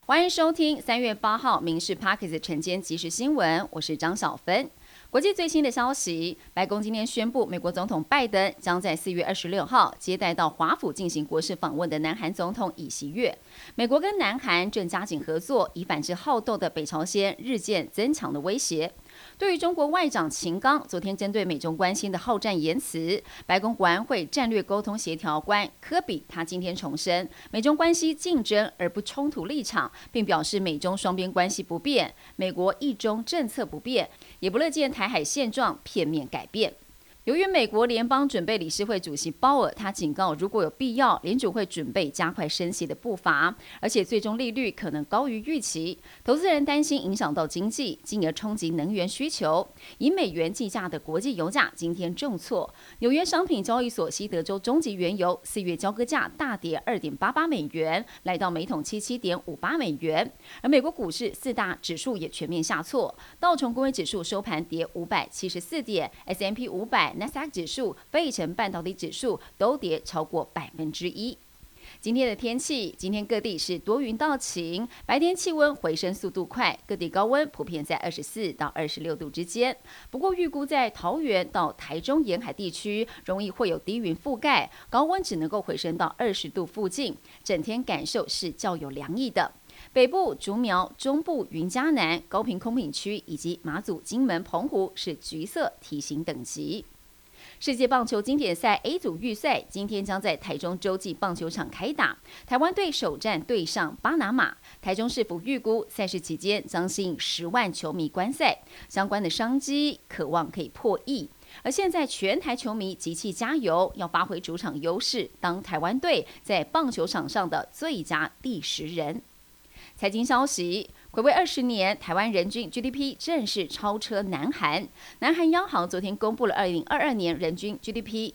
欢迎收听3月8号民视 Podcast 晨间即时新闻，我是张小芬。国际最新的消息，白宫今天宣布，美国总统拜登将在4月26号接待到华府进行国事访问的南韩总统尹锡悦。美国跟南韩正加紧合作，以反制好斗的北朝鲜日渐增强的威胁。对于中国外长秦刚昨天针对美中关系的好战言辞，白宫国安会战略沟通协调官科比他今天重申，美中关系竞争而不冲突立场，并表示美中双边关系不变，美国一中政策不变，也不乐见台海现状片面改变。由于美国联邦准备理事会主席鲍尔他警告，如果有必要，联准会准备加快升息的步伐，而且最终利率可能高于预期，投资人担心影响到经济，进而冲击能源需求。以美元计价的国际油价今天重挫，纽约商品交易所西德州中级原油4月交割价大跌2.88美元，来到每桶77.58美元。而美国股市4大指数也全面下挫，道琼工业指数收盘跌574点 ，S&P 500。纳斯达克指数、费城半导体指数都跌超过1%。今天的天气，今天各地是多云到晴，白天气温回升速度快，各地高温普遍在24到26度之间。不过预估在桃园到台中沿海地区容易会有低云覆盖，高温只能够回升到20度附近，整天感受是较有凉意的。北部、竹苗、中部、云嘉南、高屏空品区以及马祖、金门、澎湖是橘色提醒等级。世界棒球经典赛 A 组预赛今天将在台中洲际棒球场开打，台湾队首战对上巴拿马。台中市府预估赛事期间将吸引10万球迷观赛，相关的商机渴望可以破亿。而现在全台球迷集气加油，要发挥主场优势，当台湾队在棒球场上的最佳第10人。财经消息，睽违20年，台湾人均 GDP 正式超车南韩。南韩央行昨天公布了2022年人均 GDP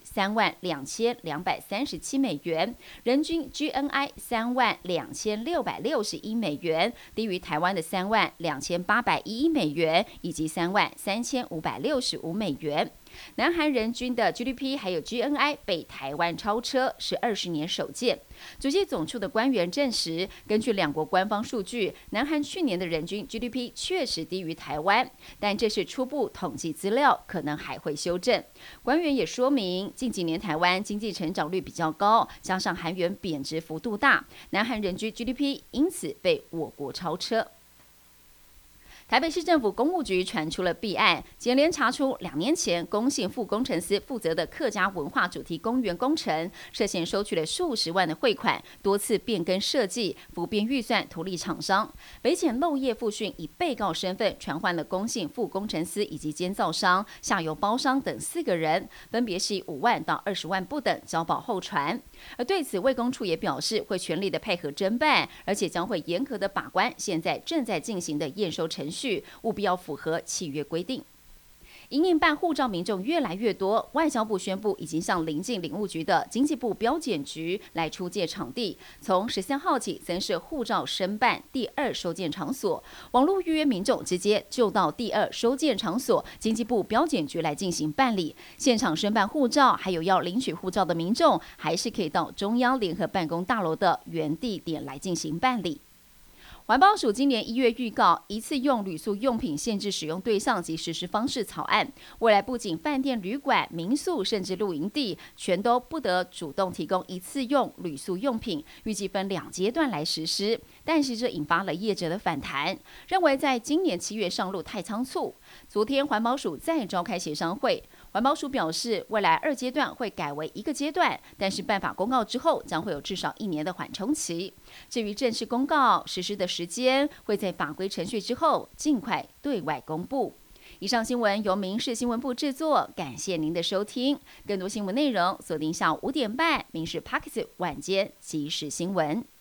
32237美元，人均 GNI 32661美元，低于台湾的32811美元以及33565美元。南韩人均的 GDP 还有 GNI 被台湾超车，是20年首见。主计总处的官员证实，根据两国官方数据，南韩去年的人均 GDP 确实低于台湾，但这是初步统计资料，可能还会修正。官员也说明，近几年台湾经济成长率比较高，加上韩元贬值幅度大，南韩人均 GDP 因此被我国超车。台北市政府公务局传出了弊案，检联查出2年前公信副工程司负责的客家文化主题公园工程，涉嫌收取了数十万的汇款，多次变更设计、浮编预算图利厂商。北检漏夜复讯，以被告身份传唤了公信副工程司以及监造商、下游包商等4个人，分别是以5万到20万不等交保候传。而对此，卫公处也表示会全力的配合侦办，而且将会严格的把关现在正在进行的验收程序，务必要符合契约规定。因应办护照民众越来越多，外交部宣布已经向邻近领务局的经济部标检局来出借场地，从13号起增设护照申办第2收件场所，网络预约民众直接就到第2收件场所经济部标检局来进行办理。现场申办护照还有要领取护照的民众，还是可以到中央联合办公大楼的原地点来进行办理。环保署今年1月预告一次用铝塑用品限制使用对象及实施方式草案，未来不仅饭店、旅馆、民宿，甚至露营地，全都不得主动提供一次用铝塑用品，预计分2阶段来实施。但是这引发了业者的反弹，认为在今年7月上路太仓促。昨天环保署再召开协商会，环保署表示，未来2阶段会改为1个阶段，但是办法公告之后，将会有至少1年的缓冲期。至于正式公告实施的时间，会在法规程序之后尽快对外公布。以上新闻由民视新闻部制作，感谢您的收听。更多新闻内容锁定下午5点半民视 Podcast 晚间即时新闻。